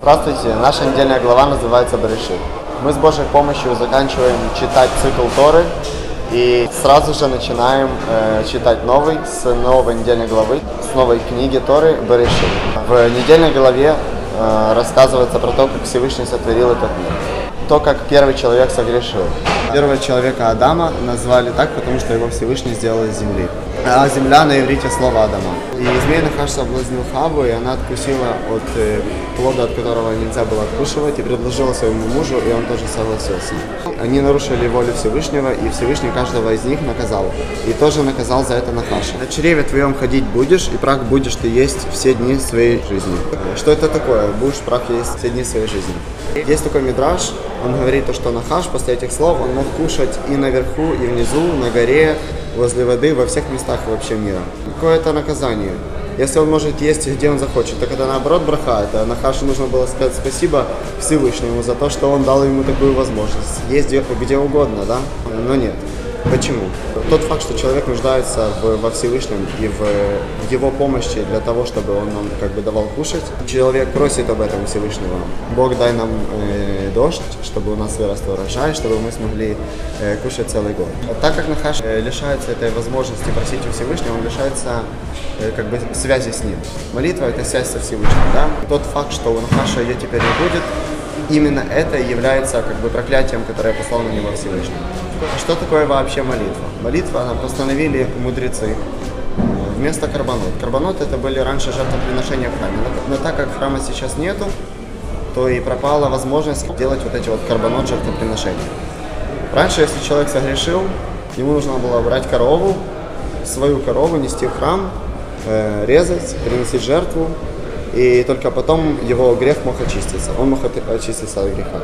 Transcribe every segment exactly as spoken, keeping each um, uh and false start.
Здравствуйте, наша недельная глава называется Берешит. Мы с Божьей помощью заканчиваем читать цикл Торы и сразу же начинаем э, читать новый, с новой недельной главы, с новой книги Торы Берешит. В недельной главе э, рассказывается про то, как Всевышний сотворил этот мир. То, как первый человек согрешил. Первого человека Адама назвали так, потому что его Всевышний сделал из земли. А земля на иврите слово Адама. И змей Нахаш соблазнил Хаву, и она откусила от э, плода, от которого нельзя было откушивать, и предложила своему мужу, и он тоже согласился. Они нарушили волю Всевышнего, и Всевышний каждого из них наказал. И тоже наказал за это Нахаша. На чреве твоем ходить будешь, и прах будешь ты есть все дни своей жизни. Что это такое? Будешь прах есть все дни своей жизни. Есть такой мидраш, он говорит, что Нахаш после этих слов он мог кушать и наверху, и внизу, на горе, возле воды, во всех местах вообще мира. Какое-то наказание. Если он может есть, где он захочет, так это наоборот браха. Это Нахашу нужно было сказать спасибо Всевышнему за то, что он дал ему такую возможность. Есть где угодно, да? Но нет. Почему? Тот факт, что человек нуждается в, во Всевышнем и в, в его помощи для того, чтобы он нам как бы давал кушать. Человек просит об этом Всевышнего. Бог, дай нам э, дождь, чтобы у нас вырос урожай, чтобы мы смогли э, кушать целый год. Так как Нахаш э, лишается этой возможности просить у Всевышнего, он лишается э, как бы связи с ним. Молитва – это связь со Всевышним. Да? Тот факт, что у Нахаша ее теперь не будет, именно это является как бы проклятием, которое послал на него Всевышний. Что такое вообще молитва? Молитва нам постановили мудрецы вместо карбонот. Карбонот это были раньше жертвоприношения в храме. Но, но так как храма сейчас нету, то и пропала возможность делать вот эти вот карбонот жертвоприношения. Раньше, если человек согрешил, ему нужно было брать корову, свою корову нести в храм, э, резать, приносить жертву, и только потом его грех мог очиститься. Он мог очиститься от греха.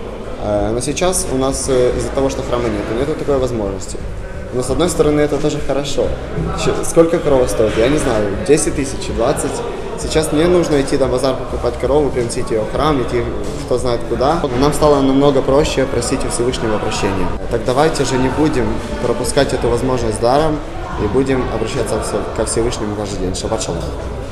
Но сейчас у нас из-за того, что храма нет, нет такой возможности. Но с одной стороны это тоже хорошо. Сколько корова стоит? Я не знаю, десять тысяч, двадцать. Сейчас мне нужно идти на базар покупать корову, приносить ее в храм, идти кто знает куда. Нам стало намного проще просить у Всевышнего прощения. Так давайте же не будем пропускать эту возможность даром и будем обращаться ко Всевышнему каждый день. Шаббат шалом.